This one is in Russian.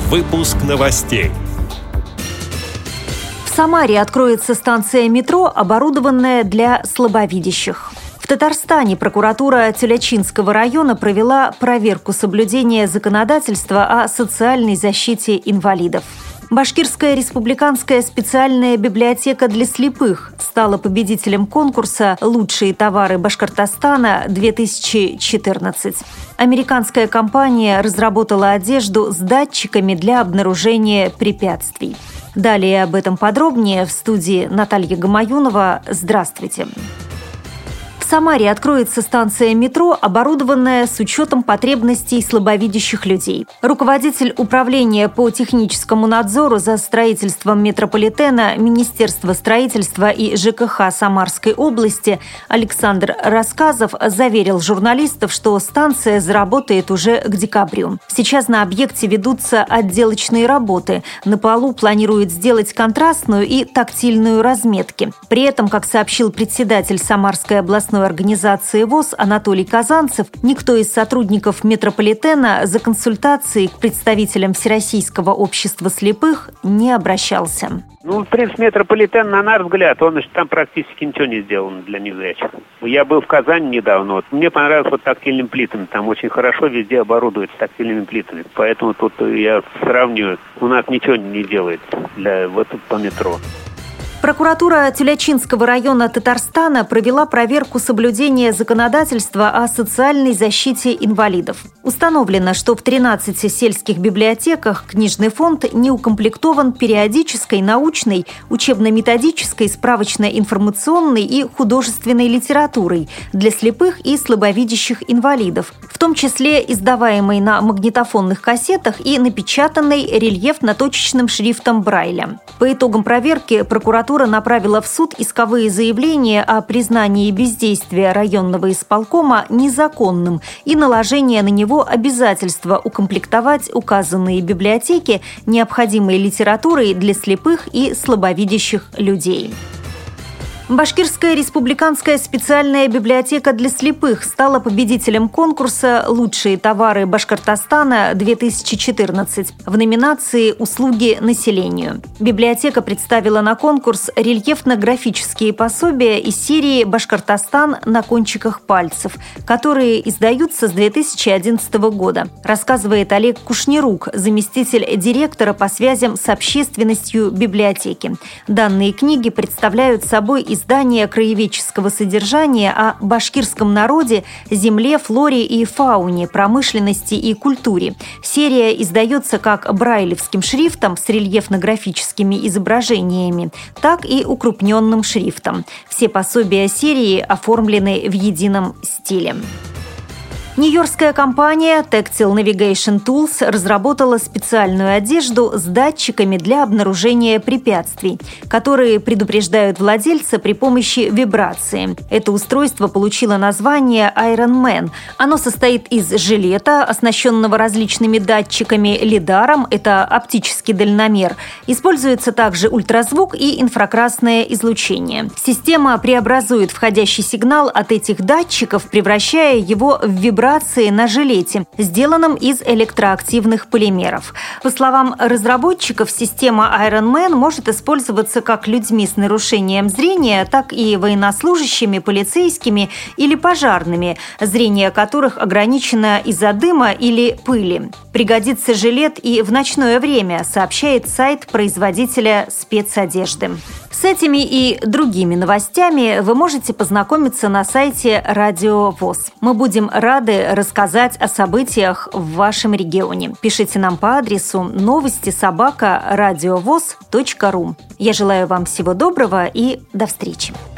Выпуск новостей. В Самаре откроется станция метро, оборудованная для слабовидящих. В Татарстане прокуратура Тюлячинского района провела проверку соблюдения законодательства о социальной защите инвалидов. Башкирская республиканская специальная библиотека для слепых стала победителем конкурса «Лучшие товары Башкортостана-2014». Американская компания разработала одежду с датчиками для обнаружения препятствий. Далее об этом подробнее в студии Наталья Гамаюнова. Здравствуйте. В Самаре откроется станция метро, оборудованная с учетом потребностей слабовидящих людей. Руководитель управления по техническому надзору за строительством метрополитена Министерства строительства и ЖКХ Самарской области Александр Рассказов заверил журналистов, что станция заработает уже к декабрю. Сейчас на объекте ведутся отделочные работы. На полу планируют сделать контрастную и тактильную разметки. При этом, как сообщил председатель Самарской областной организации ВОС Анатолий Казанцев, никто из сотрудников метрополитена за консультацией к представителям Всероссийского общества слепых не обращался. В принципе, метрополитен, на наш взгляд, он там практически ничего не сделано для незрячих. Я был в Казани недавно. Мне понравилось тактильными плитами. Там очень хорошо везде оборудуют тактильными плитами. Поэтому тут я сравниваю. У нас ничего не делает по метро. Прокуратура Тюлячинского района Татарстана провела проверку соблюдения законодательства о социальной защите инвалидов. Установлено, что в 13 сельских библиотеках книжный фонд не укомплектован периодической, научной, учебно-методической, справочно-информационной и художественной литературой для слепых и слабовидящих инвалидов, в том числе издаваемой на магнитофонных кассетах и напечатанной рельефно-точечным шрифтом Брайля. По итогам проверки прокуратура направила в суд исковые заявления о признании бездействия районного исполкома незаконным и наложение на него обязательства укомплектовать указанные библиотеки необходимой литературой для слепых и слабовидящих людей. Башкирская республиканская специальная библиотека для слепых стала победителем конкурса «Лучшие товары Башкортостана-2014» в номинации «Услуги населению». Библиотека представила на конкурс рельефно-графические пособия из серии «Башкортостан на кончиках пальцев», которые издаются с 2011 года, рассказывает Олег Кушнирук, заместитель директора по связям с общественностью библиотеки. Данные книги представляют собой издание краеведческого содержания о башкирском народе, земле, флоре и фауне, промышленности и культуре. Серия издается как брайлевским шрифтом с рельефно-графическими изображениями, так и укрупненным шрифтом. Все пособия серии оформлены в едином стиле. Нью-йоркская компания Tactile Navigation Tools разработала специальную одежду с датчиками для обнаружения препятствий, которые предупреждают владельца при помощи вибрации. Это устройство получило название Iron Man. Оно состоит из жилета, оснащенного различными датчиками, лидаром – это оптический дальномер. Используется также ультразвук и инфракрасное излучение. Система преобразует входящий сигнал от этих датчиков, превращая его в вибрации на жилете, сделанном из электроактивных полимеров. По словам разработчиков, система Iron Man может использоваться как людьми с нарушением зрения, так и военнослужащими, полицейскими или пожарными, зрение которых ограничено из-за дыма или пыли. Пригодится жилет и в ночное время, сообщает сайт производителя спецодежды. С этими и другими новостями вы можете познакомиться на сайте Радио ВОС. Мы будем рады рассказать о событиях в вашем регионе. Пишите нам по адресу новости@радиовос.ру. Я желаю вам всего доброго и до встречи.